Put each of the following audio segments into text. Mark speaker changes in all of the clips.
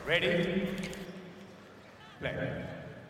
Speaker 1: Ready? Play.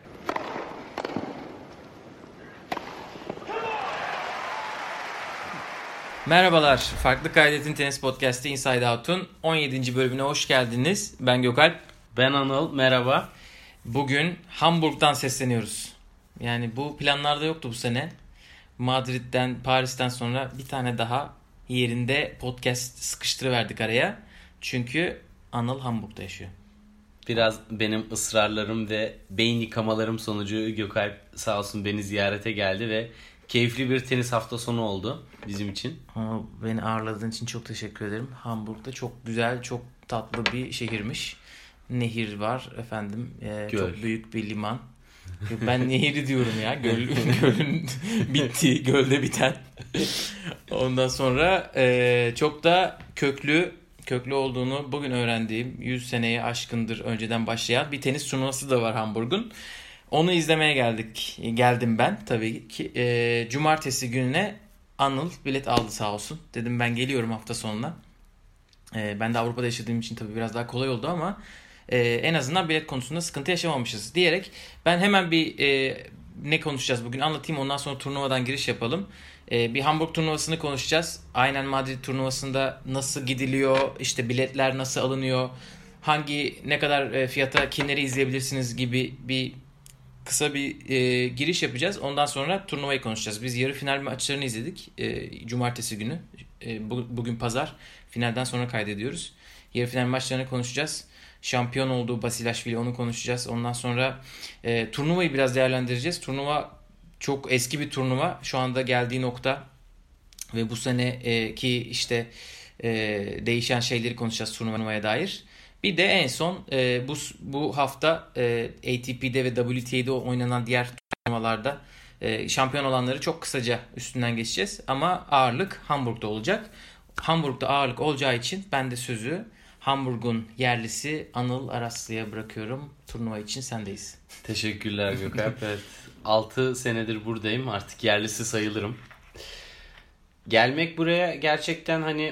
Speaker 2: Merhabalar, Farklı Kaydetin Tenis Podcast'ı Inside Out'un 17. bölümüne hoş geldiniz. Ben Gökalp.
Speaker 3: Ben Anıl, merhaba.
Speaker 2: Bugün Hamburg'dan sesleniyoruz. Yani bu planlarda yoktu bu sene. Madrid'den, Paris'ten sonra bir tane daha yerinde podcast sıkıştırıverdik araya. Çünkü Anıl Hamburg'da yaşıyor.
Speaker 3: Biraz benim ısrarlarım ve beyin yıkamalarım sonucu Gökalp sağ olsun beni ziyarete geldi ve keyifli bir tenis hafta sonu oldu bizim için.
Speaker 2: Ama beni ağırladığın için çok teşekkür ederim. Hamburg'da çok güzel, çok tatlı bir şehirmiş. Nehir var efendim. Çok büyük bir liman. Ben nehri diyorum ya. Gölün bittiği, gölde biten. Ondan sonra çok da köklü olduğunu bugün öğrendiğim 100 seneye aşkındır önceden başlayan bir tenis turnuvası da var Hamburg'un. Onu izlemeye geldim ben tabii ki. Cumartesi gününe Anıl bilet aldı sağ olsun. Dedim ben geliyorum hafta sonuna. Ben de Avrupa'da yaşadığım için tabii biraz daha kolay oldu ama en azından bilet konusunda sıkıntı yaşamamışız diyerek ben hemen bir ne konuşacağız bugün anlatayım, ondan sonra turnuvadan giriş yapalım. Bir Hamburg turnuvasını konuşacağız. Aynen Madrid turnuvasında nasıl gidiliyor, işte biletler nasıl alınıyor, ne kadar fiyata kimleri izleyebilirsiniz gibi bir kısa bir giriş yapacağız. Ondan sonra turnuvayı konuşacağız. Biz yarı final maçlarını izledik cumartesi günü. Bugün pazar. Finalden sonra kaydediyoruz. Yarı final maçlarını konuşacağız. Şampiyon olduğu Basilashvili, onu konuşacağız. Ondan sonra turnuvayı biraz değerlendireceğiz. Turnuva çok eski bir turnuva. Şu anda geldiği nokta ve bu seneki işte değişen şeyleri konuşacağız turnuvaya dair. Bir de en son bu hafta ATP'de ve WTA'de oynanan diğer turnuvalarda şampiyon olanları çok kısaca üstünden geçeceğiz. Ama ağırlık Hamburg'da olacak. Hamburg'da ağırlık olacağı için ben de sözü Hamburg'un yerlisi Anıl Araslı'ya bırakıyorum. Turnuva için sendeyiz.
Speaker 3: Teşekkürler Gökalp. Evet, 6 senedir buradayım. Artık yerlisi sayılırım. Gelmek buraya gerçekten hani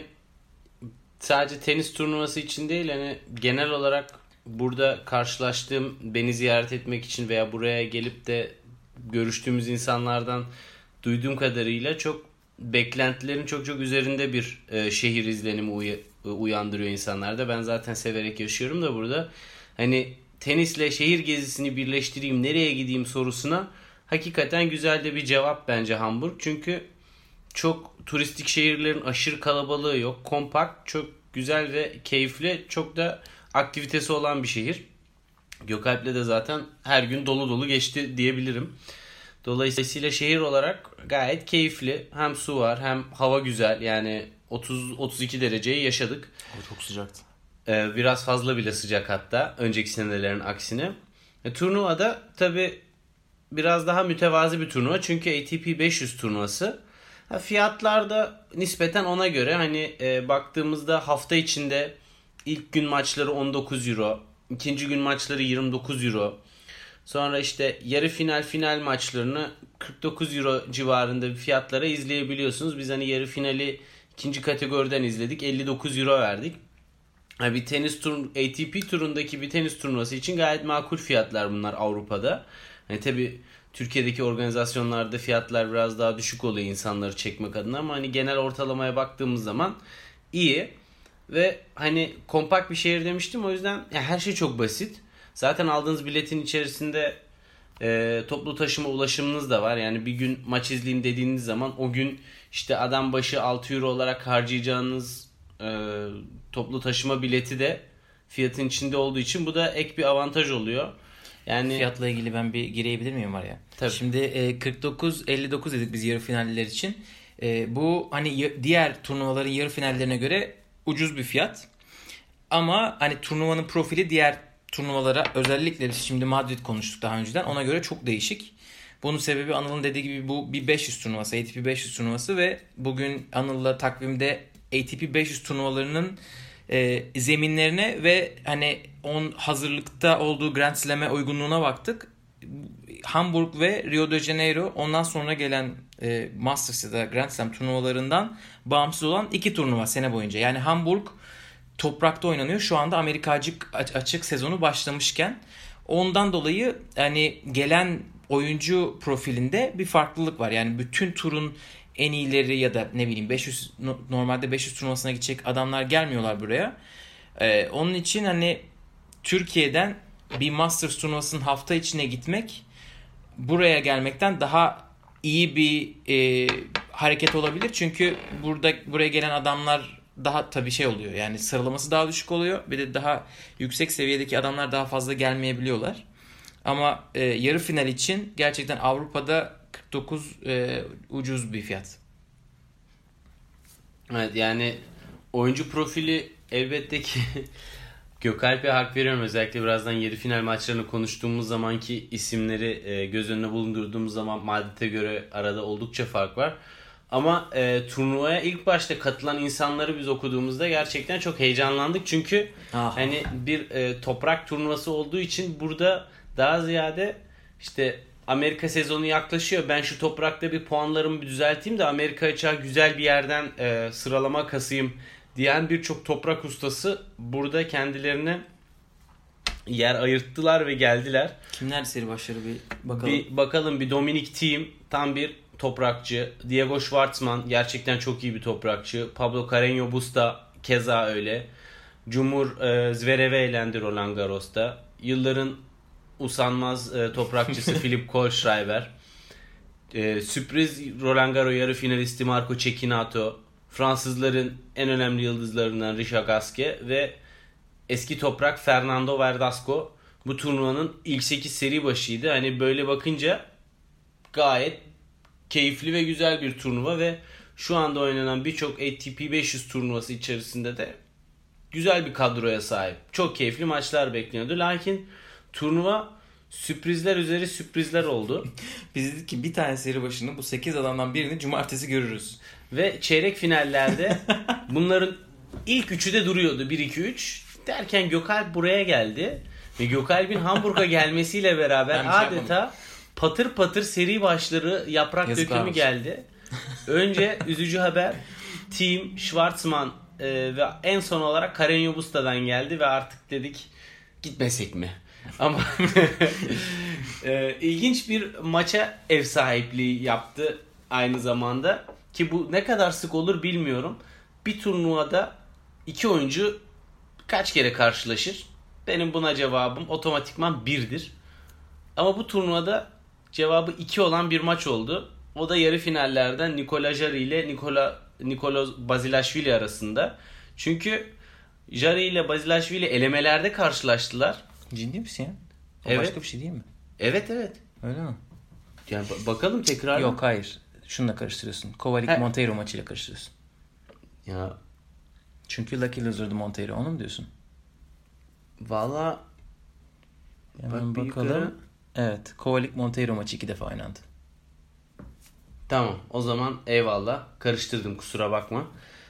Speaker 3: sadece tenis turnuvası için değil, hani genel olarak burada karşılaştığım, beni ziyaret etmek için veya buraya gelip de görüştüğümüz insanlardan duyduğum kadarıyla çok beklentilerin çok üzerinde bir şehir izlenimi uyandırıyor insanlarda. Ben zaten severek yaşıyorum da burada. Hani tenisle şehir gezisini birleştireyim, nereye gideyim sorusuna hakikaten güzel de bir cevap bence Hamburg. Çünkü çok turistik şehirlerin aşırı kalabalığı yok. Kompakt, çok güzel ve keyifli, çok da aktivitesi olan bir şehir. Gökalp'le de zaten her gün dolu dolu geçti diyebilirim. Dolayısıyla şehir olarak gayet keyifli. Hem su var, hem hava güzel. Yani 30-32 dereceyi yaşadık.
Speaker 2: O çok sıcaktı.
Speaker 3: Biraz fazla bile sıcak hatta, önceki senelerin aksine. Turnuvada tabii biraz daha mütevazi bir turnuva. Çünkü ATP 500 turnuvası. Fiyatlar da nispeten ona göre hani baktığımızda hafta içinde ilk gün maçları 19 euro, ikinci gün maçları 29 euro. Sonra işte yarı final maçlarını 49 euro civarında bir fiyatlara izleyebiliyorsunuz. Biz hani yarı finali ikinci kategoriden izledik, 59 euro verdik. Bir ATP turundaki bir tenis turnuvası için gayet makul fiyatlar bunlar Avrupa'da. Yani tabii Türkiye'deki organizasyonlarda fiyatlar biraz daha düşük oluyor insanları çekmek adına, ama hani genel ortalamaya baktığımız zaman iyi. Ve hani kompakt bir şehir demiştim, o yüzden her şey çok basit. Zaten aldığınız biletin içerisinde toplu taşıma ulaşımınız da var. Yani bir gün maç izleyeyim dediğiniz zaman o gün işte adam başı 6 euro olarak harcayacağınız toplu taşıma bileti de fiyatın içinde olduğu için bu da ek bir avantaj oluyor. Yani
Speaker 2: fiyatla ilgili ben bir girebilir miyim var ya?
Speaker 3: Tabii.
Speaker 2: Şimdi 49-59 dedik biz yarı finaller için. Bu hani diğer turnuvaların yarı finallerine göre ucuz bir fiyat. Ama hani turnuvanın profili diğer turnuvalara, özellikle biz şimdi Madrid konuştuk daha önceden, ona göre çok değişik. Bunun sebebi Anıl'ın dediği gibi bu bir 500 turnuvası, ATP 500 turnuvası ve bugün Anıl'la takvimde ATP 500 turnuvalarının zeminlerine ve hani hazırlıkta olduğu Grand Slam'e uygunluğuna baktık. Hamburg ve Rio de Janeiro ondan sonra gelen Masters ya da Grand Slam turnuvalarından bağımsız olan iki turnuva sene boyunca. Yani Hamburg toprakta oynanıyor. Şu anda Amerika açık sezonu başlamışken. Ondan dolayı hani gelen oyuncu profilinde bir farklılık var. Yani bütün turun en iyileri ya da ne bileyim 500 normalde 500 turnuvasına gidecek adamlar gelmiyorlar buraya. Onun için hani Türkiye'den bir Masters turnuvasının hafta içine gitmek buraya gelmekten daha iyi bir hareket olabilir. Çünkü buraya gelen adamlar daha tabii şey oluyor. Yani sıralaması daha düşük oluyor. Bir de daha yüksek seviyedeki adamlar daha fazla gelmeyebiliyorlar. Ama yarı final için gerçekten Avrupa'da 49 ucuz bir fiyat.
Speaker 3: Evet, yani oyuncu profili elbette ki Gökalp'e hak veriyorum. Özellikle birazdan yarı final maçlarını konuştuğumuz zamanki isimleri göz önüne bulundurduğumuz zaman Madrid'e göre arada oldukça fark var. Ama turnuvaya ilk başta katılan insanları biz okuduğumuzda gerçekten çok heyecanlandık. Çünkü hani bir toprak turnuvası olduğu için burada daha ziyade işte Amerika sezonu yaklaşıyor. Ben şu toprakta bir puanlarımı düzelteyim de Amerika açığa güzel bir yerden sıralama kasayım diyen birçok toprak ustası burada kendilerine yer ayırttılar ve geldiler.
Speaker 2: Kimler seri başları bir bakalım.
Speaker 3: Bir bakalım, bir Dominic Thiem tam bir toprakçı. Diego Schwartzman gerçekten çok iyi bir toprakçı. Pablo Carreño Busta keza öyle. Cumhur Zverev'e elendi Roland Garros'ta. Yılların usanmaz toprakçısı Filip Kohlschreiber. Sürpriz Roland Garros yarı finalisti Marco Cecchinato. Fransızların en önemli yıldızlarından Richard Gasquet ve eski toprak Fernando Verdasco bu turnuvanın ilk 8 seri başıydı. Hani böyle bakınca gayet keyifli ve güzel bir turnuva ve şu anda oynanan birçok ATP 500 turnuvası içerisinde de güzel bir kadroya sahip. Çok keyifli maçlar bekleniyordu. Lakin turnuva sürprizler üzeri sürprizler oldu.
Speaker 2: Biz dedik ki bir tane seri başını bu 8 adamdan birini cumartesi görürüz.
Speaker 3: Ve çeyrek finallerde bunların ilk üçü de duruyordu. 1-2-3 derken Gökalp buraya geldi. Ve Gökalp'in Hamburg'a gelmesiyle beraber adeta patır patır seri başları yaprak dökümü geldi. Önce üzücü haber Thiem, Schwartzman ve en son olarak Carreño Busta'dan geldi ve artık dedik gitmesek mi? Ama ilginç bir maça ev sahipliği yaptı aynı zamanda ki bu ne kadar sık olur bilmiyorum. Bir turnuvada iki oyuncu kaç kere karşılaşır? Benim buna cevabım otomatikman 1'dir. Ama bu turnuvada cevabı 2 olan bir maç oldu. O da yarı finallerden Nikola Jarry ile Nikolo Basilashvili arasında. Çünkü Jarry ile Basilashvili elemelerde karşılaştılar.
Speaker 2: Ciddi misin ya? O
Speaker 3: evet.
Speaker 2: Başka bir şey değil mi?
Speaker 3: Evet.
Speaker 2: Öyle mi?
Speaker 3: Yani bakalım tekrar.
Speaker 2: Yok hayır. Şununla karıştırıyorsun. Kovalik Monteiro maçıyla karıştırıyorsun.
Speaker 3: Ya.
Speaker 2: Çünkü Lucky Loser'dı Monteiro. Onu mu diyorsun?
Speaker 3: Valla.
Speaker 2: Hemen bakalım. Evet. Kovalik Monteiro maçı 2 defa oynandı.
Speaker 3: Tamam. O zaman eyvallah. Karıştırdım, kusura bakma.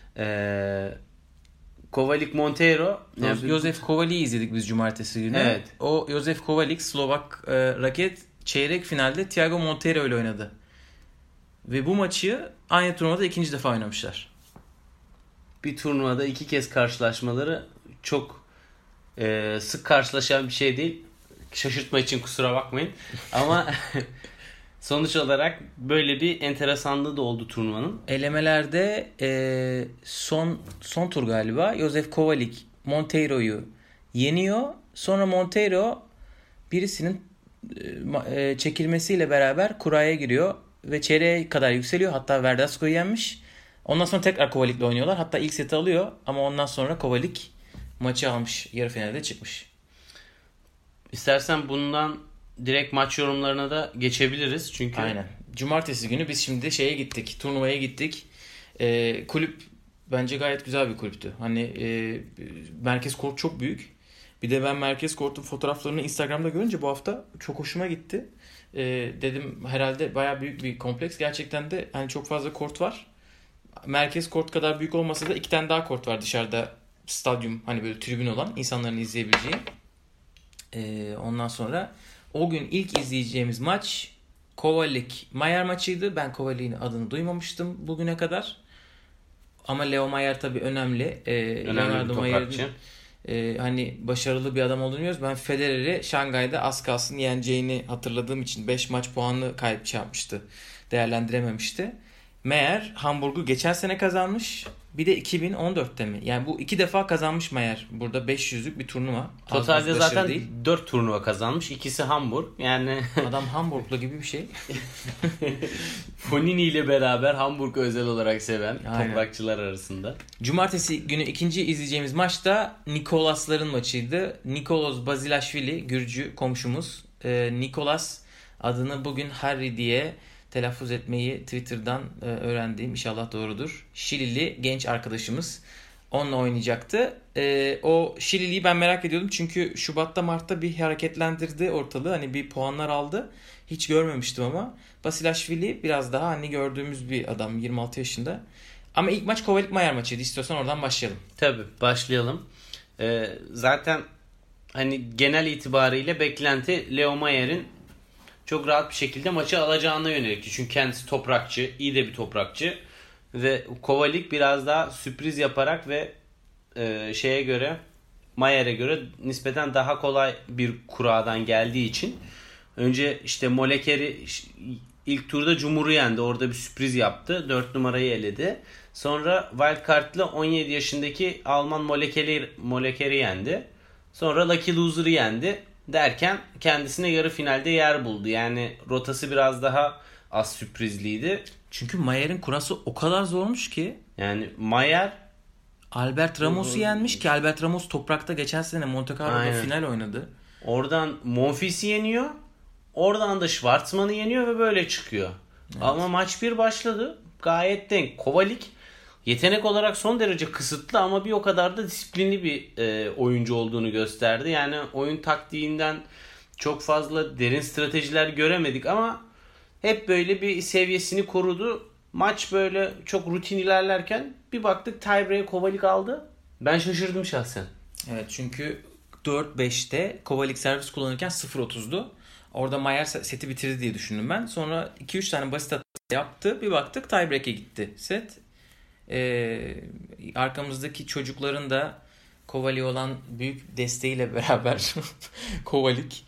Speaker 3: Kovalik Monteiro.
Speaker 2: Josef Kovalik'i izledik biz cumartesi günü.
Speaker 3: Evet.
Speaker 2: O Josef Kovalik Slovak raket çeyrek finalde Thiago Monteiro ile oynadı. Ve bu maçı aynı turnuvada 2. defa oynamışlar.
Speaker 3: Bir turnuvada 2 kez karşılaşmaları çok sık karşılaşan bir şey değil. Şaşırtma için kusura bakmayın. Ama sonuç olarak böyle bir enteresanlığı da oldu turnuvanın.
Speaker 2: Elemelerde son tur galiba Josef Kovalik Monteiro'yu yeniyor. Sonra Monteiro birisinin çekilmesiyle beraber kuraya giriyor ve çeyreğe kadar yükseliyor. Hatta Verdasco'yu yenmiş. Ondan sonra tekrar Kovalik'le oynuyorlar. Hatta ilk seti alıyor ama ondan sonra Kovalik maçı almış. Yarı finalde çıkmış.
Speaker 3: İstersen bundan direkt maç yorumlarına da geçebiliriz. Çünkü
Speaker 2: aynen. Cumartesi günü biz şimdi şeye gittik. Turnuvaya gittik. Kulüp bence gayet güzel bir kulüptü. Hani merkez kort çok büyük. Bir de ben merkez kortun fotoğraflarını Instagram'da görünce bu hafta çok hoşuma gitti. Dedim herhalde bayağı büyük bir kompleks. Gerçekten de hani çok fazla kort var. Merkez kort kadar büyük olmasa da 2 tane daha kort var dışarıda, stadyum hani böyle tribün olan insanların izleyebileceği. Ondan sonra o gün ilk izleyeceğimiz maç Kovalik Mayer maçıydı. Ben Kovalik'in adını duymamıştım bugüne kadar. Ama Leo Mayer tabii önemli.
Speaker 3: Önemli bir toprakçı.
Speaker 2: Hani başarılı bir adam olduğunu biliyoruz. Ben Federer'i Şangay'da az kalsın yeneceğini hatırladığım için 5 maç puanını kayıp yapmıştı. Değerlendirememişti. Meğer Hamburg'u geçen sene kazanmış. Bir de 2014'te mi? Yani bu 2 defa kazanmış Meğer. Burada 500'lük bir turnuva.
Speaker 3: Totalde zaten 4 turnuva kazanmış. İkisi Hamburg. Yani
Speaker 2: adam Hamburglu gibi bir şey.
Speaker 3: Fonini ile beraber Hamburg'u özel olarak seven toprakçılar arasında.
Speaker 2: Cumartesi günü ikinci izleyeceğimiz maç da Nikolasların maçıydı. Nikolas Bazilashvili, Gürcü komşumuz. Nikolas adını bugün Harry diye telaffuz etmeyi Twitter'dan öğrendiğim, inşallah doğrudur. Şilili genç arkadaşımız. Onunla oynayacaktı. O Şilili'yi ben merak ediyordum. Çünkü Şubat'ta Mart'ta bir hareketlendirdi ortalığı. Hani bir puanlar aldı. Hiç görmemiştim ama. Basilashvili biraz daha hani gördüğümüz bir adam. 26 yaşında. Ama ilk maç Kovalik Mayer maçıydı. İstiyorsan oradan başlayalım.
Speaker 3: Tabii başlayalım. Zaten hani genel itibariyle beklenti Leo Mayer'in çok rahat bir şekilde maçı alacağına yönelikti. Çünkü kendisi toprakçı, iyi de bir toprakçı. Ve Kovalik biraz daha sürpriz yaparak ve şeye göre, Mayer'e göre nispeten daha kolay bir kuradan geldiği için önce işte Molekeri ilk turda Cumhur'u yendi. Orada bir sürpriz yaptı. 4 numarayı eledi. Sonra Wildcard'la 17 yaşındaki Alman Molekeri yendi. Sonra Lucky Loser'ı yendi. Derken kendisine yarı finalde yer buldu. Yani rotası biraz daha az sürprizliydi.
Speaker 2: Çünkü Mayer'in kurası o kadar zormuş ki.
Speaker 3: Yani Mayer
Speaker 2: Albert Ramos'u yenmiş ki Albert Ramos toprakta geçen sene Monte Carlo'da final oynadı.
Speaker 3: Oradan Monfils'i yeniyor. Oradan da Schwartzman'ı yeniyor ve böyle çıkıyor. Evet. Ama maç 1 başladı. Gayet denk. Kovalik yetenek olarak son derece kısıtlı ama bir o kadar da disiplinli bir oyuncu olduğunu gösterdi. Yani oyun taktiğinden çok fazla derin stratejiler göremedik ama hep böyle bir seviyesini korudu. Maç böyle çok rutin ilerlerken bir baktık tiebreak'e Kovalik aldı. Ben şaşırdım şahsen.
Speaker 2: Evet, çünkü 4-5'te Kovalik servis kullanırken 0-30'du. Orada Mayer seti bitirdi diye düşündüm ben. Sonra 2-3 tane basit hata yaptı. Bir baktık tiebreak'e gitti set. Arkamızdaki çocukların da Kovalik'e olan büyük desteğiyle beraber Kovalik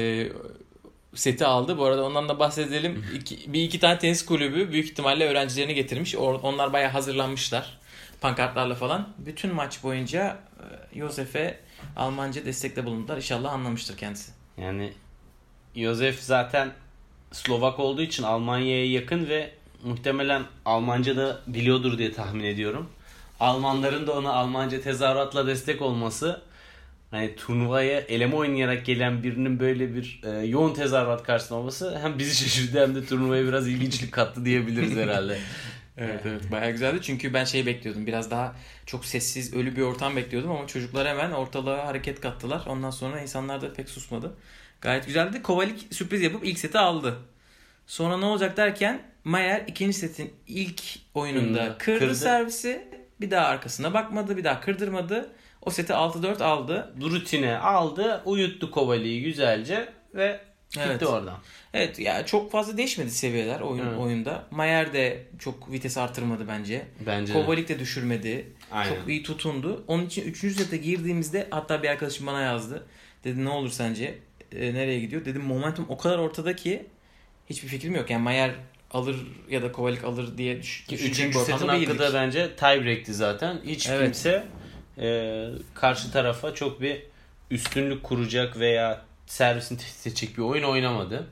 Speaker 2: seti aldı. Bu arada ondan da bahsedelim. Bir iki tane tenis kulübü büyük ihtimalle öğrencilerini getirmiş. Onlar bayağı hazırlanmışlar. Pankartlarla falan. Bütün maç boyunca Josef'e Almanca destekte bulundular. İnşallah anlamıştır kendisi.
Speaker 3: Yani Josef zaten Slovak olduğu için Almanya'ya yakın ve muhtemelen Almanca da biliyordur diye tahmin ediyorum. Almanların da ona Almanca tezahüratla destek olması, hani turnuvaya eleme oynayarak gelen birinin böyle bir yoğun tezahürat karşısında olması hem bizi şaşırttı hem de turnuvaya biraz ilginçlik kattı diyebiliriz herhalde.
Speaker 2: Evet, bayağı güzeldi çünkü ben bekliyordum, biraz daha çok sessiz, ölü bir ortam bekliyordum ama çocuklar hemen ortalığa hareket kattılar. Ondan sonra insanlar da pek susmadı. Gayet güzeldi. Kovalik sürpriz yapıp ilk seti aldı. Sonra ne olacak derken Mayer ikinci setin ilk oyununda kırdı servisi. Bir daha arkasına bakmadı, bir daha kırdırmadı. O seti 6-4 aldı.
Speaker 3: Rutine aldı, uyuttu Kovalik'i güzelce ve gitti oradan.
Speaker 2: Evet, ya çok fazla değişmedi seviyeler oyunda. Mayer de çok vites artırmadı bence. Kovalik de düşürmedi. Aynen. Çok iyi tutundu. Onun için 3. sete girdiğimizde hatta bir arkadaşım bana yazdı. Dedi ne olur sence? Nereye gidiyor? Dedim momentum o kadar ortada ki hiçbir fikrim yok. Yani Mayer alır ya da Kovalik alır diye düşündüğüm
Speaker 3: 3. setin hakkı da bence tiebreak'ti zaten. Hiç kimse karşı tarafa çok bir üstünlük kuracak veya servisini tehdit edecek bir oyun oynamadı.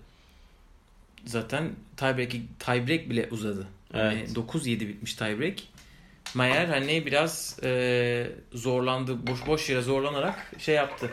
Speaker 2: Zaten tiebreak bile uzadı. Evet. Yani 9-7 bitmiş tiebreak. Mayer hani biraz zorlandı. Boş yere zorlanarak yaptı.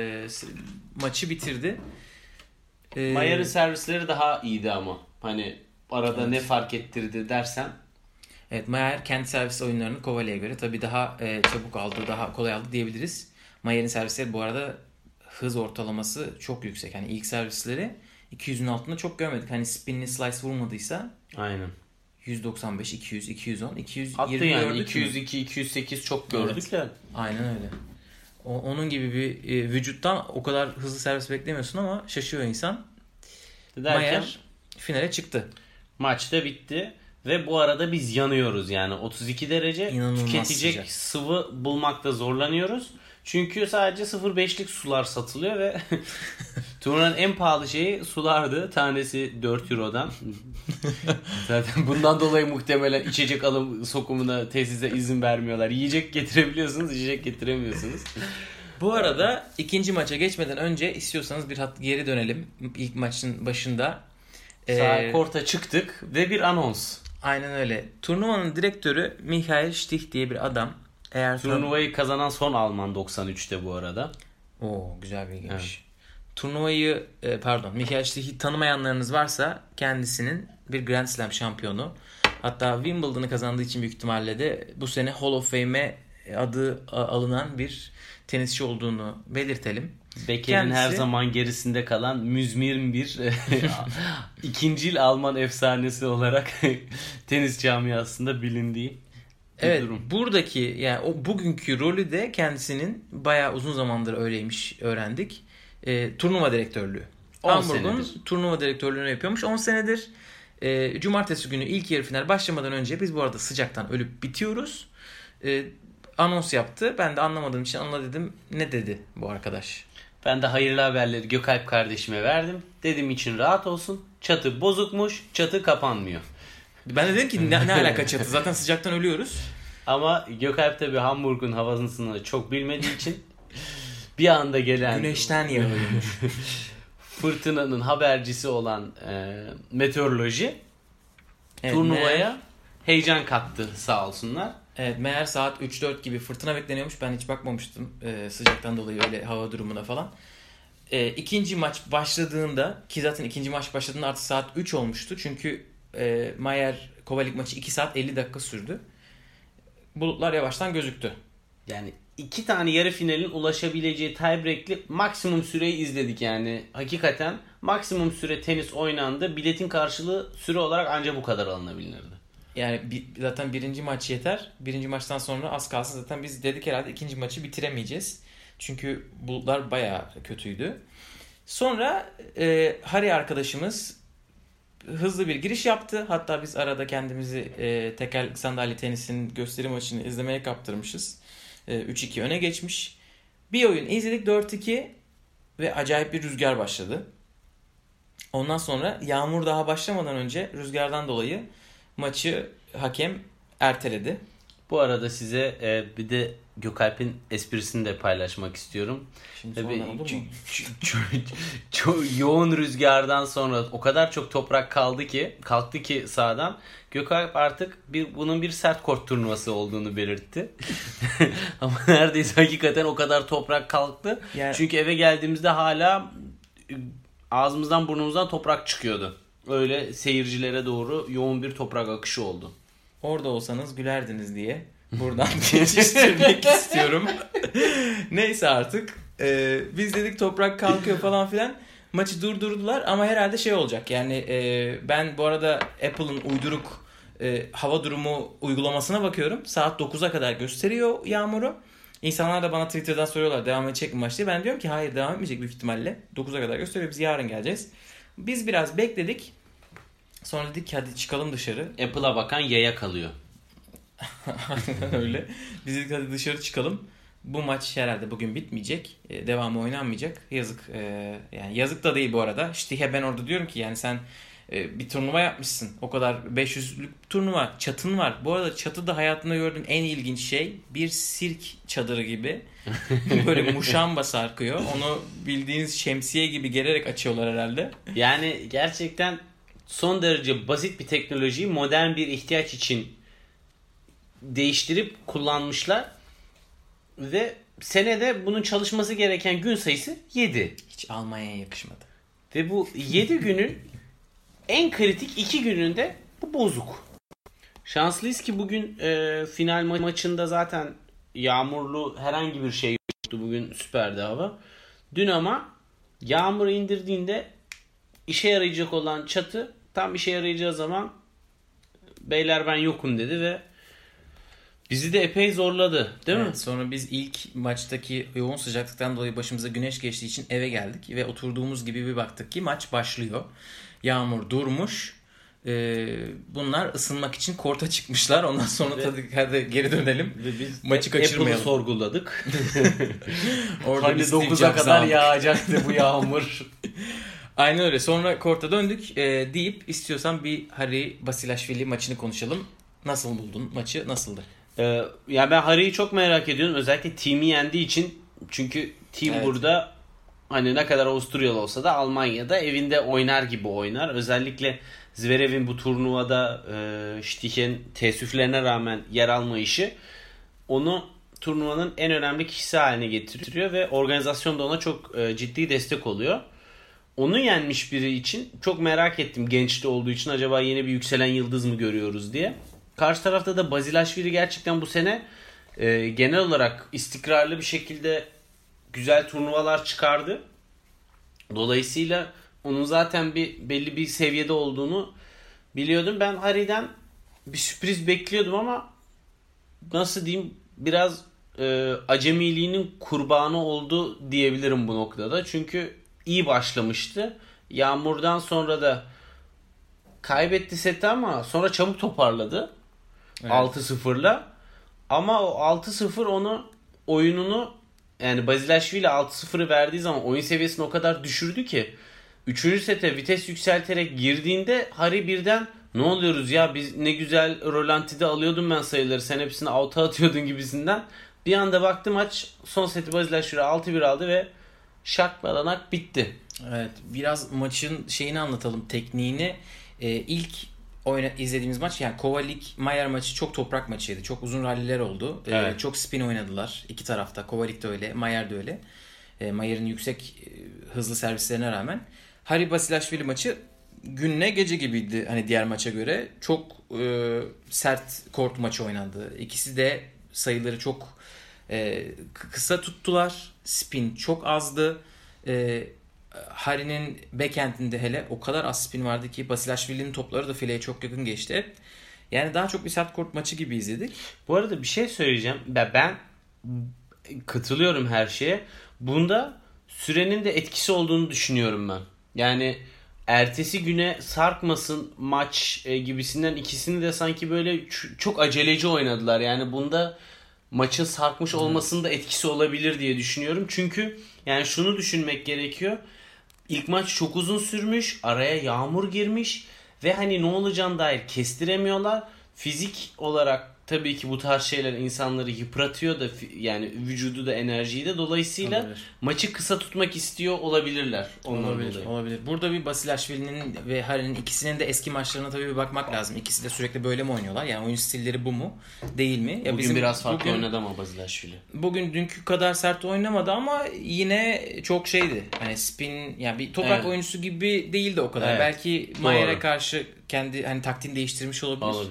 Speaker 2: Maçı bitirdi.
Speaker 3: Mayer'in servisleri daha iyiydi ama. Hani arada ne fark ettirdi dersen.
Speaker 2: Evet, Mayer kendi servis oyunlarını Kovalik'e göre tabii daha çabuk aldı, daha kolay aldı diyebiliriz. Mayer'in servisleri bu arada hız ortalaması çok yüksek. Hani ilk servisleri 200'ün altında çok görmedik. Hani spinli slice vurmadıysa.
Speaker 3: Aynen.
Speaker 2: 195, 200, 210, 220
Speaker 3: attı yani
Speaker 2: gördük
Speaker 3: 202, 208 çok gördük ya.
Speaker 2: Aynen öyle. Onun gibi bir vücuttan o kadar hızlı servis beklemiyorsun ama şaşıyor insan. Mayer finale çıktı.
Speaker 3: Maç da bitti Ve bu arada biz yanıyoruz yani 32 derece.
Speaker 2: İnanılmaz
Speaker 3: tüketecek
Speaker 2: sıcak.
Speaker 3: sıvı bulmakta zorlanıyoruz. Çünkü sadece 0.5'lik sular satılıyor ve turnuvanın en pahalı şeyi sulardı. Tanesi 4 Euro'dan. Zaten bundan dolayı muhtemelen içecek alım sokumuna tesise izin vermiyorlar. Yiyecek getirebiliyorsunuz, içecek getiremiyorsunuz.
Speaker 2: Bu arada ikinci maça geçmeden önce istiyorsanız bir geri dönelim. İlk maçın başında.
Speaker 3: Sağ korta çıktık ve bir anons.
Speaker 2: Aynen öyle. Turnuvanın direktörü Michael Stich diye bir adam.
Speaker 3: Turnuvayı kazanan son Alman 93'te bu arada.
Speaker 2: Oo, güzel bilgiymiş. Evet. Turnuvayı Michael Stich'i tanımayanlarınız varsa kendisinin bir Grand Slam şampiyonu. Hatta Wimbledon'ı kazandığı için büyük ihtimalle de bu sene Hall of Fame'e adı alınan bir tenisçi olduğunu belirtelim.
Speaker 3: Becker'in her zaman gerisinde kalan müzmin bir ikincil Alman efsanesi olarak tenis camiasında bilindiği
Speaker 2: evet,
Speaker 3: durum.
Speaker 2: Buradaki yani o bugünkü rolü de kendisinin bayağı uzun zamandır öyleymiş, öğrendik. Turnuva direktörlüğü.
Speaker 3: 10
Speaker 2: Hamburg'un
Speaker 3: senedir.
Speaker 2: turnuva direktörlüğünü yapıyormuş 10 senedir. Cumartesi günü ilk yarı final başlamadan önce biz bu arada sıcaktan ölüp bitiyoruz. Anons yaptı. Ben de anlamadığım için anla dedim. Ne dedi bu arkadaş?
Speaker 3: Ben de hayırlı haberleri Gökalp kardeşime verdim. Dedim için rahat olsun. Çatı bozukmuş. Çatı kapanmıyor.
Speaker 2: Ben de dedim ki ne alaka çatı? Zaten sıcaktan ölüyoruz.
Speaker 3: Ama Gökalp tabii Hamburg'un havasını çok bilmediği için bir anda gelen
Speaker 2: güneşten yağıyormuş.
Speaker 3: Fırtınanın habercisi olan meteoroloji turnuvaya heyecan kattı sağ olsunlar.
Speaker 2: Evet, meğer saat 3-4 gibi fırtına bekleniyormuş. Ben hiç bakmamıştım sıcaktan dolayı öyle hava durumuna falan. İkinci maç başladığında, ki zaten ikinci maç başladığında artık saat 3 olmuştu. Çünkü Mayer Kovalik maçı 2 saat 50 dakika sürdü. Bulutlar yavaştan gözüktü.
Speaker 3: Yani 2 tane yarı finalin ulaşabileceği tiebreak'li maksimum süreyi izledik yani. Hakikaten maksimum süre tenis oynandı. Biletin karşılığı süre olarak ancak bu kadar alınabilirdi.
Speaker 2: Yani zaten birinci maç yeter. Birinci maçtan sonra az kalsın zaten biz dedik herhalde ikinci maçı bitiremeyeceğiz. Çünkü bulutlar bayağı kötüydü. Sonra Harry arkadaşımız hızlı bir giriş yaptı. Hatta biz arada kendimizi tekerlekli sandalye tenisinin gösteri maçını izlemeye kaptırmışız. 3-2 öne geçmiş. Bir oyun izledik 4-2 ve acayip bir rüzgar başladı. Ondan sonra yağmur daha başlamadan önce rüzgardan dolayı maçı hakem erteledi.
Speaker 3: Bu arada size bir de Gökalp'in esprisini de paylaşmak istiyorum.
Speaker 2: Şimdi tabii
Speaker 3: çok yoğun rüzgardan sonra o kadar çok toprak kalktı ki sahadan. Gökalp artık bunun bir sert kort turnuvası olduğunu belirtti. Ama neredeyse hakikaten o kadar toprak kalktı. Yani... Çünkü eve geldiğimizde hala ağzımızdan burnumuzdan toprak çıkıyordu. Öyle seyircilere doğru yoğun bir toprak akışı oldu.
Speaker 2: Orada olsanız gülerdiniz diye buradan geçiştirmek istiyorum. Neyse artık. Biz dedik toprak kalkıyor falan filan. Maçı durdurdular ama herhalde şey olacak. Yani ben bu arada Apple'ın uyduruk hava durumu uygulamasına bakıyorum. Saat 9'a kadar gösteriyor yağmuru. İnsanlar da bana Twitter'dan soruyorlar devam edecek mi maç diye. Ben diyorum ki hayır devam etmeyecek büyük ihtimalle. 9'a kadar gösteriyor. Biz yarın geleceğiz. Biz biraz bekledik. Sonra dedik ki hadi çıkalım dışarı.
Speaker 3: Apple'a bakan yaya kalıyor.
Speaker 2: Öyle. Biz dedik hadi dışarı çıkalım. Bu maç herhalde bugün bitmeyecek. Devamı oynanmayacak. Yazık. Yani yazık da değil bu arada. İşte ben orada diyorum ki yani sen bir turnuva yapmışsın. O kadar 500'lük turnuva. Çatın var. Bu arada çatıda hayatımda gördüğüm en ilginç şey bir sirk çadırı gibi. Böyle muşamba sarkıyor. Onu bildiğiniz şemsiye gibi gererek açıyorlar herhalde.
Speaker 3: Yani gerçekten son derece basit bir teknolojiyi modern bir ihtiyaç için değiştirip kullanmışlar. Ve senede bunun çalışması gereken gün sayısı 7.
Speaker 2: Hiç Almanya'ya yakışmadı.
Speaker 3: Ve bu 7 günün en kritik 2 gününde bu bozuk. Şanslıyız ki bugün final maçında zaten yağmurlu herhangi bir şey yoktu. Bugün süperdi hava. Dün ama yağmur indirdiğinde işe yarayacak olan çatı tam işe yarayacağı zaman beyler ben yokum dedi ve bizi de epey zorladı değil mi?
Speaker 2: Sonra biz ilk maçtaki yoğun sıcaklıktan dolayı başımıza güneş geçtiği için eve geldik ve oturduğumuz gibi bir baktık ki maç başlıyor. Yağmur durmuş. Bunlar ısınmak için korta çıkmışlar. Ondan sonra hadi geri dönelim.
Speaker 3: Ve biz
Speaker 2: maçı kaçırmayalım.
Speaker 3: Apple'ı sorguladık.
Speaker 2: Orada
Speaker 3: hani 9'a kadar yağacaktı bu yağmur.
Speaker 2: Aynen öyle. Sonra korta döndük deyip istiyorsan bir Hari Basilashvili maçını konuşalım. Nasıl buldun? Maçı nasıldı?
Speaker 3: Ya ben Hari'yi çok merak ediyorum. Özellikle Team'i yendiği için. Çünkü Team burada hani ne kadar Avusturyalı olsa da Almanya'da evinde oynar gibi oynar. Özellikle Zverev'in bu turnuvada Stich'in teessüflerine rağmen yer alma işi onu turnuvanın en önemli kişisi haline getiriyor ve organizasyon da ona çok ciddi destek oluyor. Onu yenmiş biri için çok merak ettim, genç de olduğu için acaba yeni bir yükselen yıldız mı görüyoruz diye. Karşı tarafta da Basilashvili gerçekten bu sene genel olarak istikrarlı bir şekilde güzel turnuvalar çıkardı. Dolayısıyla onun zaten belli bir seviyede olduğunu biliyordum. Ben Hari'den bir sürpriz bekliyordum ama nasıl diyeyim, biraz acemiliğinin kurbanı oldu diyebilirim bu noktada. Çünkü iyi başlamıştı. Yağmurdan sonra da kaybetti seti ama sonra çabuk toparladı. Evet. 6-0'la. Ama o 6-0 onu oyununu, yani Basilashvili 6-0'ı verdiği zaman oyun seviyesini o kadar düşürdü ki 3. sete vites yükselterek girdiğinde Hari birden ne oluyoruz ya, biz ne güzel rolantide alıyordum ben sayıları, sen hepsini out'a atıyordun gibisinden. Bir anda baktı maç son seti Basilashvili 6-1 aldı ve şaklanarak bitti.
Speaker 2: Evet, biraz maçın şeyini anlatalım, tekniğini. İlk izlediğimiz maç, yani Kovalik-Mayer maçı çok toprak maçıydı. Çok uzun ralliler oldu. Evet. Çok spin oynadılar iki tarafta. Kovalik de öyle, Mayer de öyle. Mayer'in yüksek hızlı servislerine rağmen. Hari Basilashvili maçı günle gece gibiydi hani diğer maça göre. Çok sert kort maçı oynandı. İkisi de sayıları çok kısa tuttular. Spin çok azdı. Hari'nin backend'inde hele o kadar az spin vardı ki Basilashvili'nin topları da fileye çok yakın geçti. Yani daha çok bir sert kort maçı gibi izledik.
Speaker 3: Bu arada bir şey söyleyeceğim. Ben katılıyorum her şeye. Bunda sürenin de etkisi olduğunu düşünüyorum ben. Yani ertesi güne sarkmasın maç gibisinden ikisini de sanki böyle çok aceleci oynadılar. Yani bunda maçın sarkmış olmasının da etkisi olabilir diye düşünüyorum. Çünkü yani şunu düşünmek gerekiyor. İlk maç çok uzun sürmüş, araya yağmur girmiş ve hani ne olacağına dair kestiremiyorlar. Fizik olarak tabii ki bu tarz şeyler insanları yıpratıyor da, yani vücudu da enerjiyi de, dolayısıyla olabilir. Maçı kısa tutmak istiyor olabilirler.
Speaker 2: Olabilir. Burada bir Basilashvili'nin ve Hari'nin ikisinin de eski maçlarına tabii bir bakmak lazım. İkisi de sürekli böyle mi oynuyorlar? Yani oyun stilleri bu mu? Değil mi?
Speaker 3: Ya bugün biraz farklı oynadı ama Basilashvili.
Speaker 2: Bugün dünkü kadar sert oynamadı ama yine çok şeydi. Hani spin, yani bir toprak oyuncusu gibi değildi o kadar. Evet. Belki Mayer'e karşı kendi hani taktiğini değiştirmiş olabilir.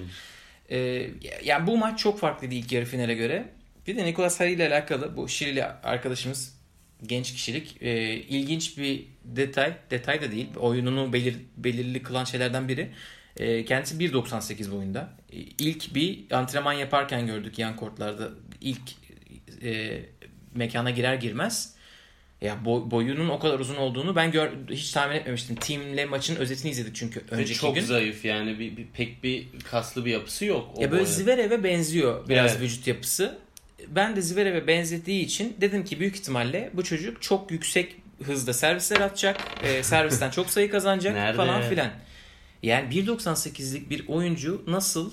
Speaker 2: Yani bu maç çok farklıydı ilk yarı finale göre. Bir de Nicolas Hari ile alakalı, bu Şirili arkadaşımız, genç kişilik, ilginç bir detay da değil, oyununu belirli kılan şeylerden biri. Kendisi 1.98 boyunda. İlk bir antrenman yaparken gördük yan kortlarda, ilk mekana girer girmez. Ya boyunun o kadar uzun olduğunu ben hiç tahmin etmemiştim. Team'le maçın özetini izledik çünkü önceki
Speaker 3: çok
Speaker 2: gün.
Speaker 3: Çok zayıf yani, pek bir kaslı bir yapısı yok.
Speaker 2: Ya böyle Zverev'e benziyor biraz vücut yapısı. Ben de Zverev'e benzettiği için dedim ki büyük ihtimalle bu çocuk çok yüksek hızda servisler atacak. Servisten çok sayı kazanacak falan filan. Yani 1.98'lik bir oyuncu nasıl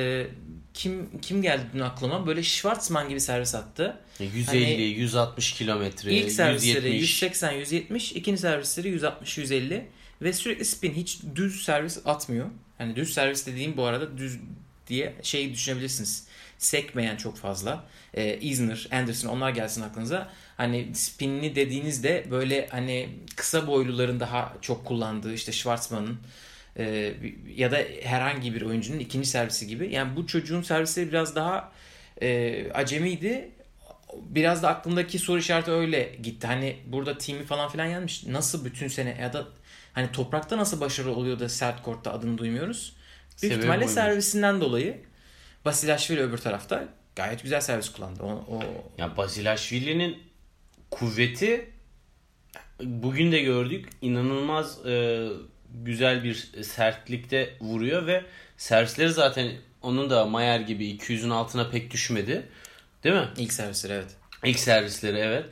Speaker 2: kim geldi dün aklıma, böyle Schwartzman gibi servis attı.
Speaker 3: 150, hani 160 kilometre.
Speaker 2: İlk servisleri 180, 170, ikinci servisleri 160, 150 ve sürekli spin, hiç düz servis atmıyor. Hani düz servis dediğim bu arada düz diye şey düşünebilirsiniz. Sekmeyen çok fazla. Isner, Anderson, onlar gelsin aklınıza. Hani spinli dediğinizde böyle hani kısa boyluların daha çok kullandığı, işte Schwartzman'ın ya da herhangi bir oyuncunun ikinci servisi gibi. Yani bu çocuğun servisleri biraz daha acemiydi. Biraz da aklımdaki soru işareti öyle gitti. Hani burada team'i falan filan yenmiş. Nasıl bütün sene ya da hani toprakta nasıl başarılı oluyor da sert kortta adını duymuyoruz. Büyük ihtimalle servisinden dolayı. Basilashvili öbür tarafta gayet güzel servis kullandı.
Speaker 3: Ya Basilashvili'nin kuvveti bugün de gördük. İnanılmaz güzel bir sertlikte vuruyor ve servisleri zaten onun da Mayer gibi 200'ün altına pek düşmedi. Değil mi?
Speaker 2: İlk servisleri evet.
Speaker 3: İlk servisleri evet.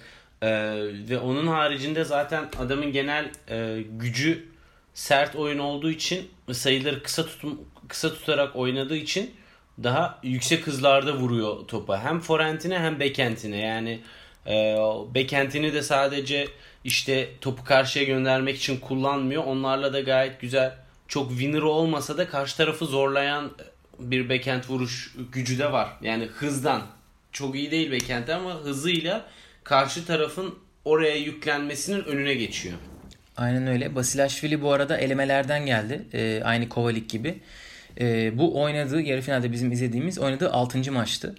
Speaker 3: Ve onun haricinde zaten adamın genel gücü sert oyun olduğu için, sayıları kısa tutarak oynadığı için daha yüksek hızlarda vuruyor topa. Hem forehand'ine hem backhand'ine. Yani backhand'ini de sadece işte topu karşıya göndermek için kullanmıyor. Onlarla da gayet güzel, çok winner olmasa da karşı tarafı zorlayan bir backhand vuruş gücü de var. Yani hızdan. Çok iyi değil backhand'de ama hızıyla karşı tarafın oraya yüklenmesinin önüne geçiyor.
Speaker 2: Aynen öyle. Basilashvili bu arada elemelerden geldi. Aynı Kovalik gibi. Bu oynadığı, yarı finalde bizim izlediğimiz oynadığı 6. maçtı.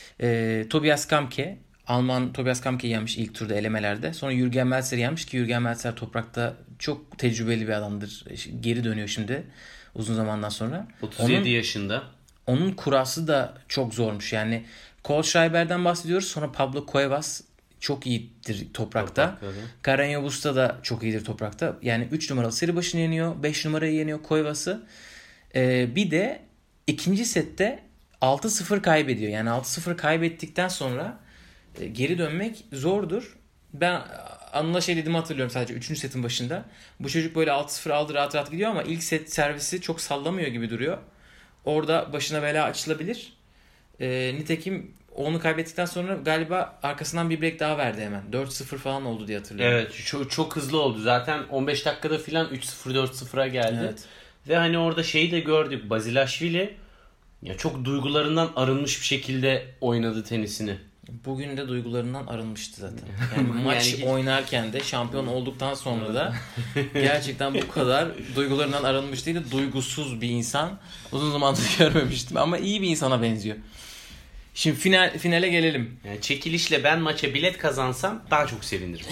Speaker 2: Tobias Kamke, Alman Tobias Kamke'yi yenmiş ilk turda elemelerde. Sonra Jürgen Meltzer'i yenmiş ki Jürgen Meltzer toprakta çok tecrübeli bir adamdır. Geri dönüyor şimdi uzun zamandan sonra.
Speaker 3: 37 yaşında.
Speaker 2: Onun kurası da çok zormuş. Yani Kohlschreiber'den bahsediyoruz. Sonra Pablo Cuevas çok iyidir toprakta. Carreño Busta da çok iyidir toprakta. Yani 3 numaralı seri başını yeniyor. 5 numarayı yeniyor Cuevas'ı. Bir de ikinci sette 6-0 kaybediyor. Yani 6-0 kaybettikten sonra geri dönmek zordur. Ben Anıl'a şey dediğimi hatırlıyorum sadece 3. setin başında. Bu çocuk böyle 6-0 aldı, rahat rahat gidiyor ama ilk set servisi çok sallamıyor gibi duruyor. Orada başına bela açılabilir. Nitekim onu kaybettikten sonra galiba arkasından bir break daha verdi hemen. 4-0 falan oldu diye hatırlıyorum.
Speaker 3: Evet, çok hızlı oldu. Zaten 15 dakikada filan 3-0 4-0'a geldi.
Speaker 2: Evet.
Speaker 3: Ve hani orada şeyi de gördük. Basilashvili ya çok duygularından arınmış bir şekilde oynadı tenisini.
Speaker 2: Bugün de duygularından arınmıştı zaten. Yani maç oynarken de şampiyon olduktan sonra da gerçekten bu kadar duygularından arınmış değil de duygusuz bir insan uzun zamandır görmemiştim ama iyi bir insana benziyor. Şimdi finale gelelim.
Speaker 3: Yani çekilişle ben maça bilet kazansam daha çok sevinirim.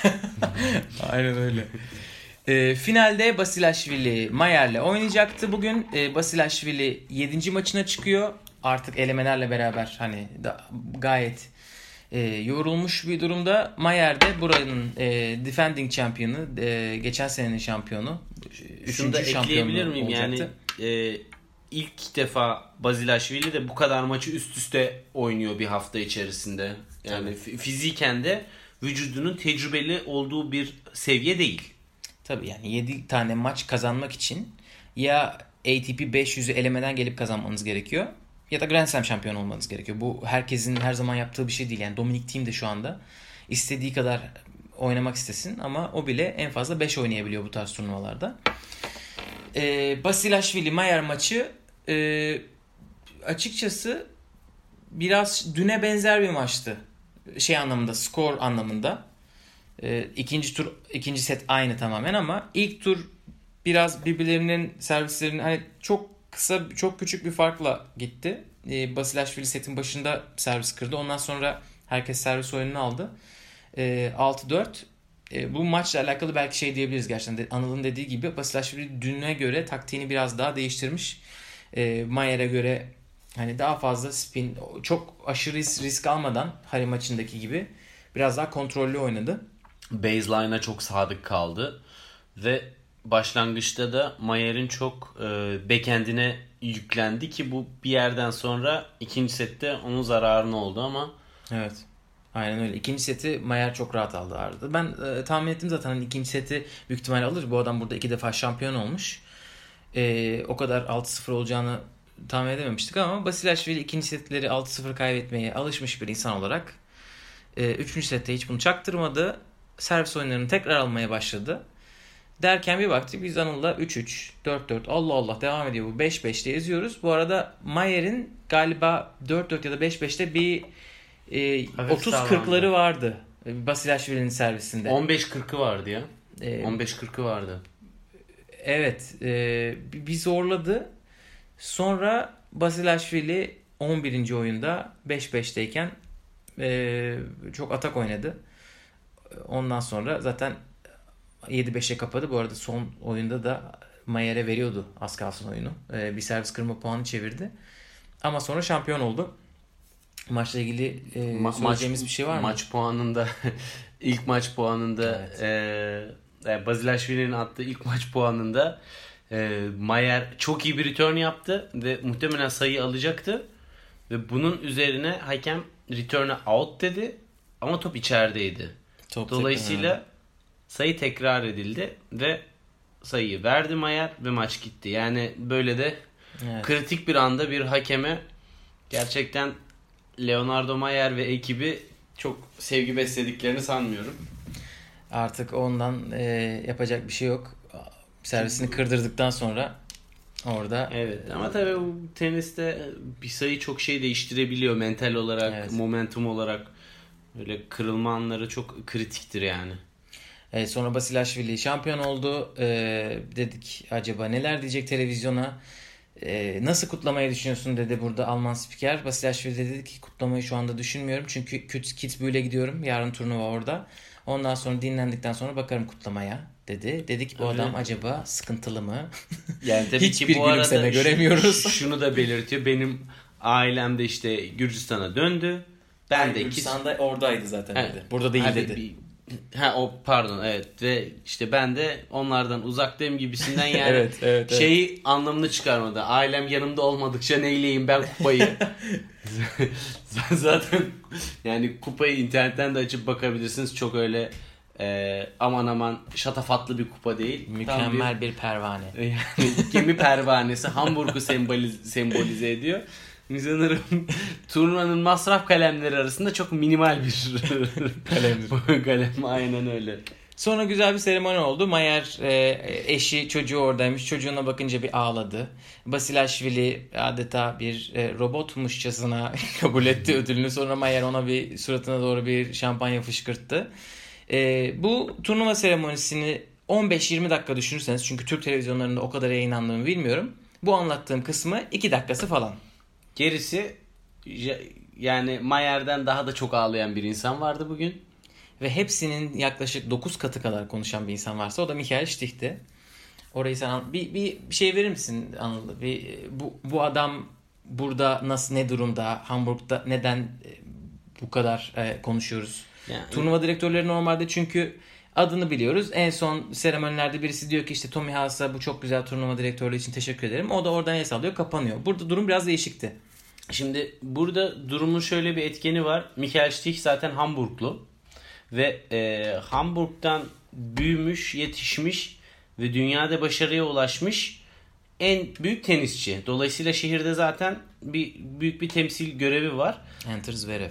Speaker 2: Aynen öyle. Finalde Basilashvili Mayer'le oynayacaktı bugün. Basilashvili 7. maçına çıkıyor. Artık elemelerle beraber hani gayet yorulmuş bir durumda. Mayer de buranın defending şampiyonu, geçen senenin şampiyonu.
Speaker 3: Şunu da ekleyebilir miyim?
Speaker 2: Olacaktı.
Speaker 3: Yani ilk defa Basilashvili de bu kadar maçı üst üste oynuyor bir hafta içerisinde. Yani fiziken de vücudunun tecrübeli olduğu bir seviye değil.
Speaker 2: Tabii yani 7 tane maç kazanmak için ya ATP 500'ü elemeden gelip kazanmanız gerekiyor ya da Grand Slam şampiyonu olmanız gerekiyor. Bu herkesin her zaman yaptığı bir şey değil. Yani Dominic Thiem de şu anda istediği kadar oynamak istesin ama o bile en fazla 5 oynayabiliyor bu tarz turnuvalarda. Basilashvili Mayer maçı açıkçası biraz düne benzer bir maçtı. Şey anlamında, skor anlamında. İkinci set aynı tamamen ama ilk tur biraz birbirlerinin servislerinin hani çok kısa, çok küçük bir farkla gitti. Basilashvili setin başında servis kırdı. Ondan sonra herkes servis oyununu aldı. 6-4. Bu maçla alakalı belki şey diyebiliriz gerçekten. Anıl'ın dediği gibi Basilashvili düne göre taktiğini biraz daha değiştirmiş. Mayer'e göre hani daha fazla spin, çok aşırı risk almadan Hari maçındaki gibi biraz daha kontrollü oynadı.
Speaker 3: Baseline'a çok sadık kaldı ve başlangıçta da Mayer'in çok backhand'ine yüklendi ki bu bir yerden sonra ikinci sette onun zararına oldu ama
Speaker 2: evet. Aynen öyle. İkinci seti Mayer çok rahat aldı Arda. Ben tahmin ettim zaten hani ikinci seti büyük ihtimalle alır. Bu adam burada 2 defa şampiyon olmuş. O kadar 6-0 olacağını tahmin edememiştik ama Basilashvili ikinci setleri 6-0 kaybetmeye alışmış bir insan olarak üçüncü sette hiç bunu çaktırmadı. Servis oyunlarını tekrar almaya başladı. Derken bir baktık biz Anıl'la 3-3, 4-4 Allah Allah devam ediyor bu 5-5'te yazıyoruz. Bu arada Mayer'in galiba 4-4 ya da 5-5'te bir 30-40'ları vardı Basilashvili'nin servisinde.
Speaker 3: 15-40'ı vardı ya. 15-40'ı vardı.
Speaker 2: Evet. Bir zorladı. Sonra Basilashvili 11. oyunda 5-5'teyken çok atak oynadı. Ondan sonra zaten 7-5'e kapadı. Bu arada son oyunda da Mayer'e veriyordu az kalsın oyunu. Bir servis kırma puanı çevirdi. Ama sonra şampiyon oldu. Maçla ilgili söyleyeceğimiz bir şey var mı?
Speaker 3: Maç puanında ilk maç puanında Basilashvili'nin attığı ilk maç puanında Mayer çok iyi bir return yaptı ve muhtemelen sayı alacaktı. Ve bunun üzerine hakem return'a out dedi ama top içerideydi. Dolayısıyla sayı tekrar edildi ve sayıyı verdi Mayer ve maç gitti. Yani böyle de kritik bir anda bir hakeme gerçekten Leonardo Mayer ve ekibi çok sevgi beslediklerini sanmıyorum.
Speaker 2: Artık ondan yapacak bir şey yok. Servisini kırdırdıktan sonra orada...
Speaker 3: Evet ama tabii bu teniste bir sayı çok şey değiştirebiliyor mental olarak, momentum olarak. Böyle kırılma anları çok kritiktir yani.
Speaker 2: Sonra Basilashvili şampiyon oldu. Dedik acaba neler diyecek televizyona? Nasıl kutlamayı düşünüyorsun dedi burada Alman spiker. Basilashvili dedi ki kutlamayı şu anda düşünmüyorum. Çünkü Kitzbühel'e gidiyorum. Yarın turnuva orada. Ondan sonra dinlendikten sonra bakarım kutlamaya dedi. Dedik bu adam acaba sıkıntılı mı?
Speaker 3: Yani tabii
Speaker 2: hiçbir
Speaker 3: ki bu
Speaker 2: gülümseme göremiyoruz.
Speaker 3: Şunu da belirtiyor. Benim ailem de işte Gürcistan'a döndü. Ben de
Speaker 2: Gürcistan'da oradaydı zaten dedi. Burada değil dedi.
Speaker 3: Pardon evet ve işte ben de onlardan uzaktayım gibisinden yani
Speaker 2: evet.
Speaker 3: şeyi anlamını çıkarmadı. Ailem yanımda olmadıkça neyleyim ben kupayı. Zaten yani kupayı internetten de açıp bakabilirsiniz. Çok öyle aman aman şatafatlı bir kupa değil.
Speaker 2: Mükemmel bir pervane.
Speaker 3: Yani gemi pervanesi Hamburg'u sembolize ediyor. Sanırım turnuvanın masraf kalemleri arasında çok minimal bir kalem. Aynen öyle.
Speaker 2: Sonra güzel bir seremoni oldu. Mayer eşi çocuğu oradaymış. Çocuğuna bakınca bir ağladı. Basilashvili adeta bir robotmuşçasına kabul etti ödülünü. Sonra Mayer ona bir suratına doğru bir şampanya fışkırttı. Bu turnuva seremonisini 15-20 dakika düşünürseniz, çünkü Türk televizyonlarında o kadar yayınlandığını bilmiyorum. Bu anlattığım kısmı 2 dakikası falan.
Speaker 3: Gerisi yani Mayer'den daha da çok ağlayan bir insan vardı bugün.
Speaker 2: Ve hepsinin yaklaşık 9 katı kadar konuşan bir insan varsa o da Michael Stich'ti. Orayı sen bir şey verir misin Anıl? Bu adam burada ne durumda? Hamburg'da neden bu kadar konuşuyoruz? Yani, turnuva direktörleri normalde çünkü adını biliyoruz. En son seremonilerde birisi diyor ki işte Tommy Haas'a bu çok güzel turnuva direktörlüğü için teşekkür ederim. O da oradan el sallıyor, kapanıyor. Burada durum biraz değişikti.
Speaker 3: Şimdi burada durumun şöyle bir etkeni var. Michael Stich zaten Hamburglu. Ve Hamburg'dan büyümüş, yetişmiş ve dünyada başarıya ulaşmış en büyük tenisçi. Dolayısıyla şehirde zaten büyük bir temsil görevi var.
Speaker 2: Enter Zverev.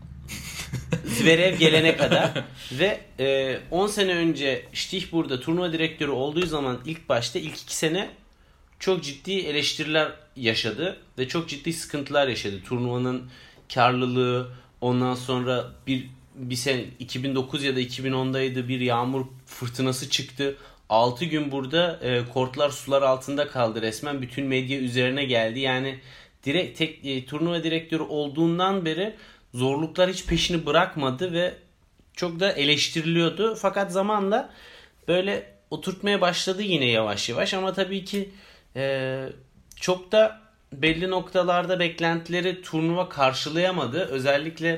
Speaker 3: Zverev gelene kadar ve 10 sene önce Stich burada turnuva direktörü olduğu zaman ilk 2 sene çok ciddi eleştiriler yaşadı ve çok ciddi sıkıntılar yaşadı. Turnuvanın karlılığı, ondan sonra bir sene 2009 ya da 2010'daydı, bir yağmur fırtınası çıktı. 6 gün burada kortlar sular altında kaldı resmen. Bütün medya üzerine geldi. Yani turnuva direktörü olduğundan beri zorluklar hiç peşini bırakmadı ve çok da eleştiriliyordu. Fakat zamanla böyle oturtmaya başladı yine yavaş yavaş. Ama tabii ki çok da belli noktalarda beklentileri turnuva karşılayamadı. Özellikle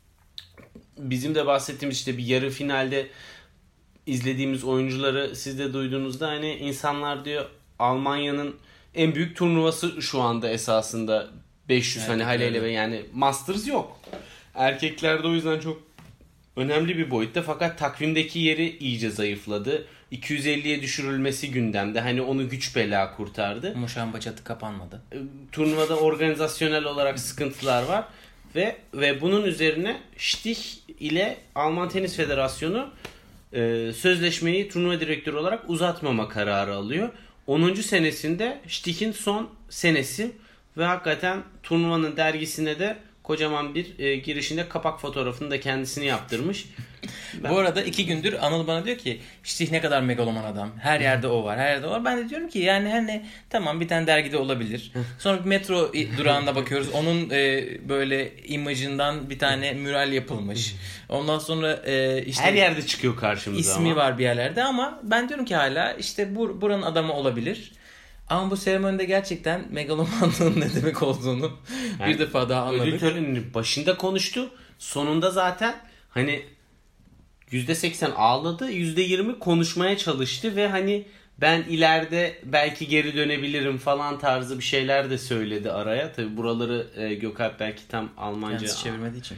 Speaker 3: bizim de bahsettiğimiz işte bir yarı finalde izlediğimiz oyuncuları siz de duyduğunuzda hani insanlar diyor Almanya'nın en büyük turnuvası şu anda esasında 500 hani haleyle ve yani Masters yok. Erkeklerde o yüzden çok önemli bir boyutta, fakat takvimdeki yeri iyice zayıfladı. 250'ye düşürülmesi gündemde. Hani onu güç bela kurtardı.
Speaker 2: Muşamba çatı kapanmadı.
Speaker 3: Turnuvada organizasyonel olarak sıkıntılar var. Ve bunun üzerine Stich ile Alman Tenis Federasyonu sözleşmeyi turnuva direktörü olarak uzatmama kararı alıyor. 10. senesinde Stich'in son senesi ve hakikaten turnuvanın dergisine de kocaman bir girişinde kapak fotoğrafını da kendisini yaptırmış.
Speaker 2: Bu arada 2 gündür Anıl bana diyor ki Stich ne kadar megaloman adam. Her yerde o var. Her yerde o var. Ben de diyorum ki yani hani tamam bir tane dergide olabilir. Sonra bir metro durağına bakıyoruz. Onun böyle imajından bir tane mural yapılmış. Ondan sonra işte
Speaker 3: her yerde çıkıyor karşımıza.
Speaker 2: İsmi var bir yerlerde ama ben diyorum ki hala işte buranın adamı olabilir. Ama bu seremonide gerçekten megalomanlığın ne demek olduğunu bir defa daha anladık.
Speaker 3: Ödül töreninin başında konuştu. Sonunda zaten hani %80 ağladı, %20 konuşmaya çalıştı ve hani ben ileride belki geri dönebilirim falan tarzı bir şeyler de söyledi araya. Tabi buraları Gökalp belki tam Almanca
Speaker 2: kendisi çevirmediği için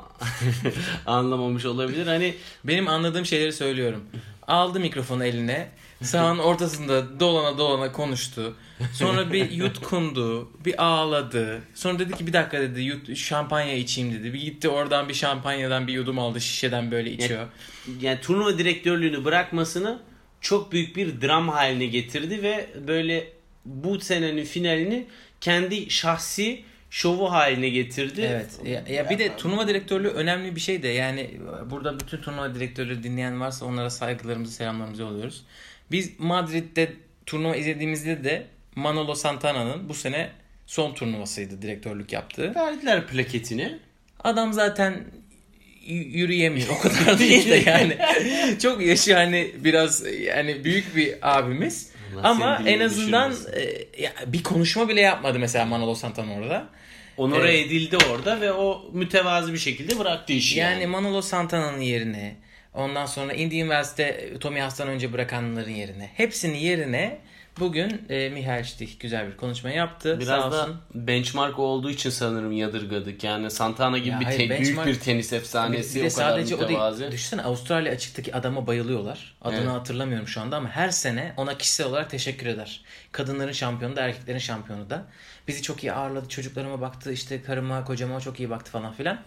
Speaker 3: anlamamış olabilir. Hani
Speaker 2: benim anladığım şeyleri söylüyorum. Aldı mikrofonu eline, sahanın ortasında dolana konuştu. Sonra bir yutkundu, bir ağladı. Sonra dedi ki bir dakika dedi, şampanya içeyim dedi. Bir gitti oradan bir şampanyadan bir yudum aldı, şişeden böyle içiyor.
Speaker 3: Yani turnuva direktörlüğünü bırakmasını çok büyük bir dram haline getirdi ve böyle bu senenin finalini kendi şahsi şovu haline getirdi.
Speaker 2: Evet. Ya bir de turnuva direktörlüğü önemli bir şey de, yani burada bütün turnuva direktörleri dinleyen varsa onlara saygılarımızı, selamlarımızı yolluyoruz. Biz Madrid'de turnuva izlediğimizde de Manolo Santana'nın bu sene son turnuvasıydı direktörlük yaptığı.
Speaker 3: Verdiler plaketini.
Speaker 2: Adam zaten yürüyemiyor, o kadar değil de yani. Çok yaşı hani biraz yani büyük bir abimiz.
Speaker 3: Allah
Speaker 2: ama en azından bir konuşma bile yapmadı mesela Manolo Santana orada.
Speaker 3: Onore edildi orada ve o mütevazı bir şekilde bıraktı işi.
Speaker 2: Yani Manolo Santana'nın yerine, ondan sonra Indian Wells'te Tommy Haas'tan önce bırakanların yerine, hepsinin yerine bugün Michael Stich güzel bir konuşma yaptı.
Speaker 3: Biraz da benchmark olduğu için sanırım yadırgadık. Yani Santana gibi büyük bir tenis efsanesi,
Speaker 2: bir
Speaker 3: o kadar
Speaker 2: sadece
Speaker 3: mütevazı.
Speaker 2: O değil. Düşünsene, Avustralya açıktaki adama bayılıyorlar. Adını hatırlamıyorum şu anda ama her sene ona kişisel olarak teşekkür eder. Kadınların şampiyonu da erkeklerin şampiyonu da. Bizi çok iyi ağırladı, çocuklarıma baktı, işte karıma, kocama çok iyi baktı falan filan.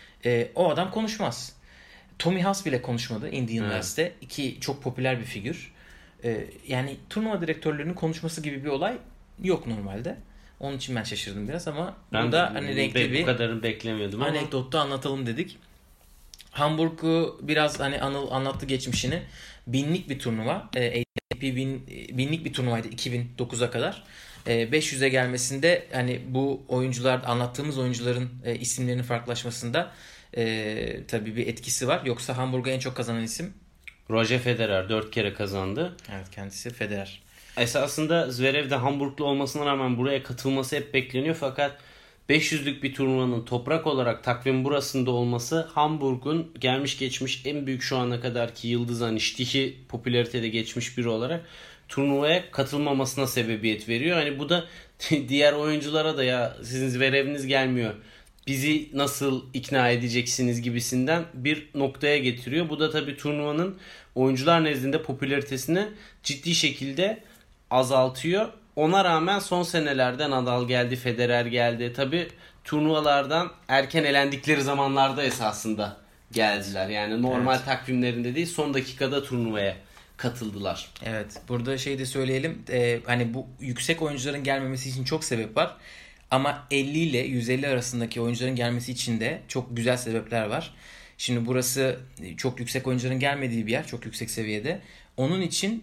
Speaker 2: O adam konuşmaz. Tommy Haas bile konuşmadı Indian Wells'te. İki çok popüler bir figür. Yani turnuva direktörlerinin konuşması gibi bir olay yok normalde. Onun için ben şaşırdım biraz ama burada hani renkli bir,
Speaker 3: bu kadarını beklemiyordum ama
Speaker 2: anekdotu anlatalım dedik. Hamburg'u biraz hani Anıl anlattı geçmişini. Binlik bir turnuva. ATP binlik bir turnuvaydı 2009'a kadar. 500'e gelmesinde hani bu oyuncular, anlattığımız oyuncuların isimlerinin farklılaşmasında tabii bir etkisi var. Yoksa Hamburg'a en çok kazanan isim
Speaker 3: Roger Federer 4 kere kazandı.
Speaker 2: Evet, kendisi Federer.
Speaker 3: Esasında Zverev de Hamburglu olmasına rağmen buraya katılması hep bekleniyor fakat 500'lük bir turnuvanın toprak olarak takvim burasında olması Hamburg'un gelmiş geçmiş en büyük şu ana kadarki yıldız, hani Stich'i popülaritede geçmiş biri olarak turnuvaya katılmamasına sebebiyet veriyor. Hani bu da diğer oyunculara da ya sizin Zverev'iniz gelmiyor, bizi nasıl ikna edeceksiniz gibisinden bir noktaya getiriyor. Bu da tabii turnuvanın oyuncular nezdinde popülaritesini ciddi şekilde azaltıyor. Ona rağmen son senelerde Nadal geldi, Federer geldi. Tabii turnuvalardan erken elendikleri zamanlarda esasında geldiler. Yani normal takvimlerinde değil, son dakikada turnuvaya katıldılar.
Speaker 2: Evet, burada şey de söyleyelim. Hani bu yüksek oyuncuların gelmemesi için çok sebep var. Ama 50 ile 150 arasındaki oyuncuların gelmesi için de çok güzel sebepler var. Şimdi burası çok yüksek oyuncuların gelmediği bir yer, çok yüksek seviyede. Onun için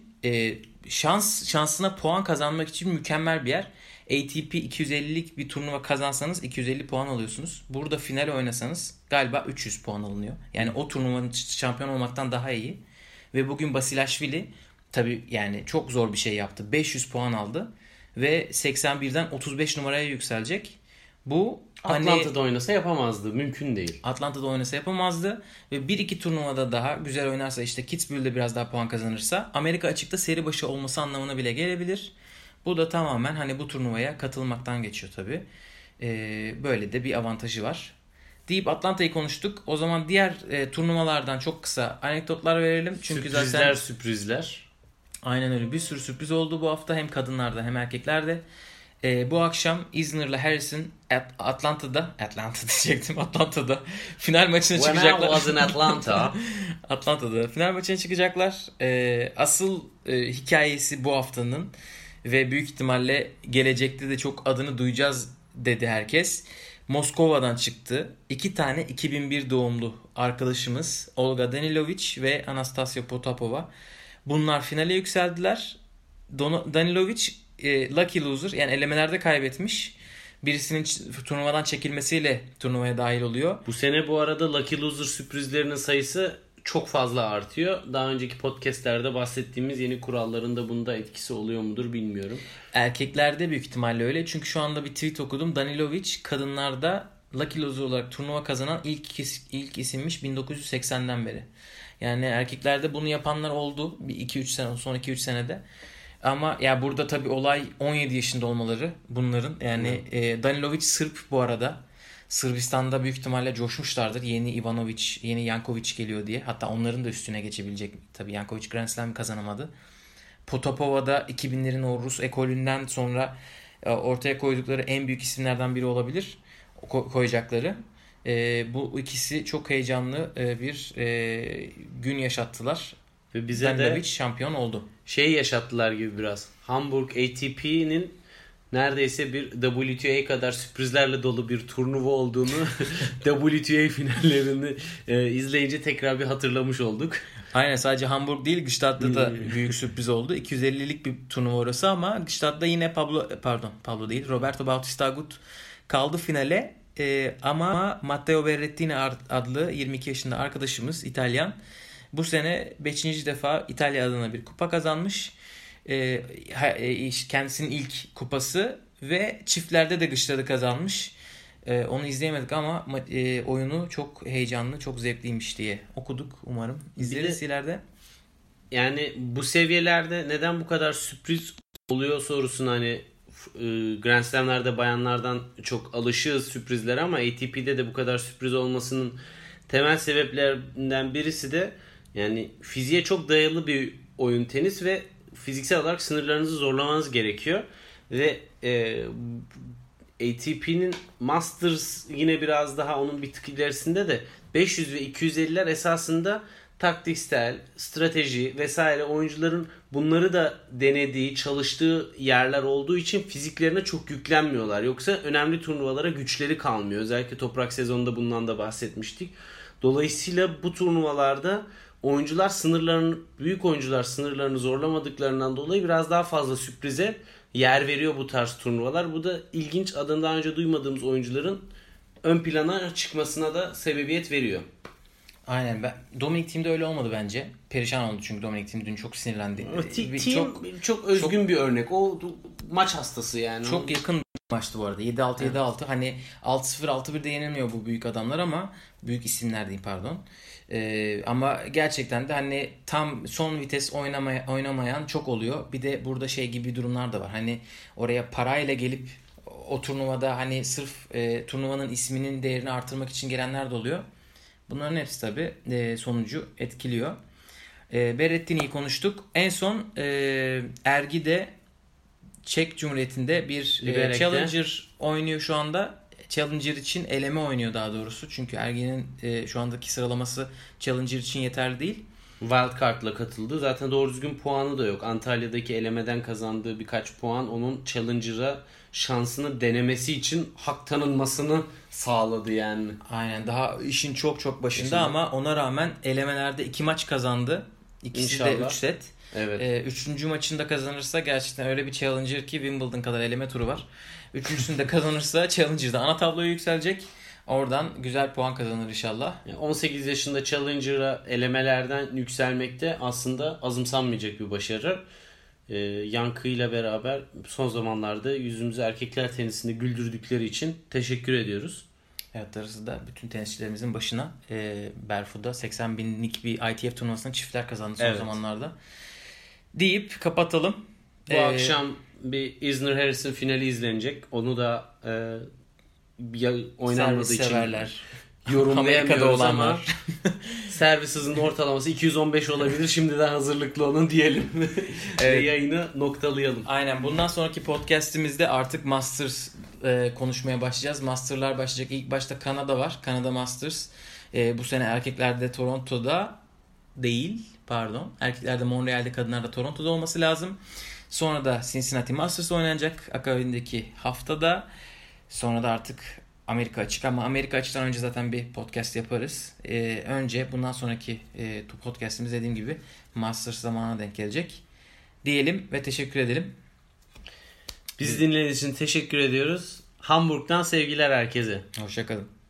Speaker 2: şansına puan kazanmak için mükemmel bir yer. ATP 250'lik bir turnuva kazansanız 250 puan alıyorsunuz. Burada final oynasanız galiba 300 puan alınıyor. Yani o turnuvanın şampiyon olmaktan daha iyi. Ve bugün Basilashvili tabii yani çok zor bir şey yaptı. 500 puan aldı. Ve 81'den 35 numaraya yükselecek. Bu
Speaker 3: Atlanta'da oynasa yapamazdı. Mümkün değil.
Speaker 2: Atlanta'da oynasa yapamazdı. Ve 1-2 turnuvada daha güzel oynarsa, işte Kitzbühel'de biraz daha puan kazanırsa Amerika açıkta seri başı olması anlamına bile gelebilir. Bu da tamamen hani bu turnuvaya katılmaktan geçiyor tabii. Böyle de bir avantajı var. Deyip Atlanta'yı konuştuk. O zaman diğer turnuvalardan çok kısa anekdotlar verelim. Çünkü
Speaker 3: Sürprizler.
Speaker 2: Aynen öyle. Bir sürü sürpriz oldu bu hafta. Hem kadınlarda hem erkeklerde. Bu akşam Isner'la Harrison Atlanta'da final maçına çıkacaklar.
Speaker 3: When I was in Atlanta.
Speaker 2: Atlanta'da final maçına çıkacaklar. Asıl hikayesi bu haftanın ve büyük ihtimalle gelecekte de çok adını duyacağız dedi herkes. Moskova'dan çıktı. 2 tane 2001 doğumlu arkadaşımız Olga Danilovic ve Anastasia Potapova. Bunlar finale yükseldiler. Danilovic lucky loser, yani elemelerde kaybetmiş. Birisinin turnuvadan çekilmesiyle turnuvaya dahil oluyor.
Speaker 3: Bu sene bu arada lucky loser sürprizlerinin sayısı çok fazla artıyor. Daha önceki podcastlerde bahsettiğimiz yeni kuralların da bunda etkisi oluyor mudur bilmiyorum.
Speaker 2: Erkeklerde büyük ihtimalle öyle. Çünkü şu anda bir tweet okudum. Danilovic kadınlarda lucky loser olarak turnuva kazanan ilk isimmiş 1980'den beri. Yani erkeklerde bunu yapanlar oldu. Bir 2-3 sene, son 2-3 senede. Ama ya burada tabii olay 17 yaşında olmaları bunların. Yani Danilovic Sırp bu arada. Sırbistan'da büyük ihtimalle coşmuşlardır. Yeni Ivanovic, yeni Jankovic geliyor diye. Hatta onların da üstüne geçebilecek. Tabii Jankovic Grand Slam kazanamadı. Potapova'da 2000'lerin o Rus ekolünden sonra ortaya koydukları en büyük isimlerden biri olabilir. Koyacakları. Bu ikisi çok heyecanlı bir gün yaşattılar.
Speaker 3: Ve bize
Speaker 2: Danilovic
Speaker 3: de
Speaker 2: şampiyon oldu.
Speaker 3: Yaşattılar gibi biraz. Hamburg ATP'nin neredeyse bir WTA kadar sürprizlerle dolu bir turnuva olduğunu WTA finallerini izleyince tekrar bir hatırlamış olduk.
Speaker 2: Aynen, sadece Hamburg değil, Gstaad'da da büyük sürpriz oldu. 250'lik bir turnuva orası ama Gstaad'da yine Pablo değil, Roberto Bautista Agut kaldı finale. Ama Matteo Berrettini adlı 22 yaşında arkadaşımız İtalyan bu sene 5. defa İtalya adına bir kupa kazanmış. Kendisinin ilk kupası ve çiftlerde de Gstaad'ı kazanmış. Onu izleyemedik ama oyunu çok heyecanlı, çok zevkliymiş diye okuduk. Umarım izleriz ileride.
Speaker 3: Yani bu seviyelerde neden bu kadar sürpriz oluyor sorusuna hani Grand Slam'lerde bayanlardan çok alışığız sürprizlere ama ATP'de de bu kadar sürpriz olmasının temel sebeplerinden birisi de yani fiziğe çok dayalı bir oyun tenis ve fiziksel olarak sınırlarınızı zorlamanız gerekiyor. Ve ATP'nin Masters yine biraz daha onun bir tık ilerisinde de 500 ve 250'ler esasında taktiksel, strateji vesaire oyuncuların bunları da denediği, çalıştığı yerler olduğu için fiziklerine çok yüklenmiyorlar. Yoksa önemli turnuvalara güçleri kalmıyor. Özellikle toprak sezonunda bundan da bahsetmiştik. Dolayısıyla bu turnuvalarda büyük oyuncular sınırlarını zorlamadıklarından dolayı biraz daha fazla sürprize yer veriyor bu tarz turnuvalar. Bu da ilginç, adını daha önce duymadığımız oyuncuların ön plana çıkmasına da sebebiyet veriyor.
Speaker 2: Aynen. Dominic Thiem de öyle olmadı bence. Perişan oldu çünkü Dominic Thiem dün çok sinirlendi.
Speaker 3: Thiem çok özgün bir örnek. O maç hastası yani.
Speaker 2: Çok yakın bir maçtı bu arada. 7-6 evet. 7-6. Hani 6-0 6-1'de yenilmiyor bu büyük adamlar ama büyük isimler diyeyim pardon. Ama gerçekten de hani tam son vites oynamayan çok oluyor. Bir de burada gibi durumlar da var. Hani oraya parayla gelip o turnuvada hani sırf turnuvanın isminin değerini artırmak için gelenler de oluyor. Bunların hepsi tabii sonucu etkiliyor. Berrettini'yi konuştuk. En son Ergi'de Çek Cumhuriyeti'nde bir Challenger oynuyor şu anda. Challenger için eleme oynuyor daha doğrusu. Çünkü Ergi'nin şu andaki sıralaması Challenger için yeterli değil.
Speaker 3: Wildcard'la katıldı. Zaten doğru düzgün puanı da yok. Antalya'daki elemeden kazandığı birkaç puan onun Challenger'a şansını denemesi için hak tanınmasını sağladı yani.
Speaker 2: Aynen, daha işin çok başında ama ona rağmen elemelerde 2 maç kazandı. İkisi İnşallah. De 3 set.
Speaker 3: Evet.
Speaker 2: 3. maçında kazanırsa gerçekten öyle bir Challenger ki Wimbledon kadar eleme turu var. 3.'sünü de kazanırsa Challenger'da ana tabloya yükselecek. Oradan güzel puan kazanır inşallah.
Speaker 3: 18 yaşında Challenger'a elemelerden yükselmekte aslında azımsanmayacak bir başarı. Yankı'yla beraber son zamanlarda yüzümüzü erkekler tenisinde güldürdükleri için teşekkür ediyoruz.
Speaker 2: Evet, darısı da bütün tenisçilerimizin başına. Berfu'da 80.000'lik bir ITF turnuvasında çiftler kazandı son zamanlarda. Deyip kapatalım.
Speaker 3: Bu akşam bir Isner Harrison finali izlenecek. Onu da oynanmadığı için yorumlayamıyoruz ama servis hızının ortalaması 215 olabilir. Şimdiden hazırlıklı olun diyelim. Evet. Yayını noktalayalım.
Speaker 2: Aynen. Bundan sonraki podcastimizde artık Masters konuşmaya başlayacağız. Masters'lar başlayacak. İlk başta Kanada var. Kanada Masters. Bu sene erkeklerde Toronto'da değil. Pardon. Erkeklerde Montreal'de, kadınlarda Toronto'da olması lazım. Sonra da Cincinnati Masters oynanacak akabindeki haftada. Sonra da artık Amerika açık ama Amerika açıktan önce zaten bir podcast yaparız. Önce bundan sonraki podcastimiz dediğim gibi Masters zamanına denk gelecek. Diyelim ve teşekkür edelim.
Speaker 3: Bizi dinlediğiniz için teşekkür ediyoruz. Hamburg'dan sevgiler herkese.
Speaker 2: Hoşça kalın.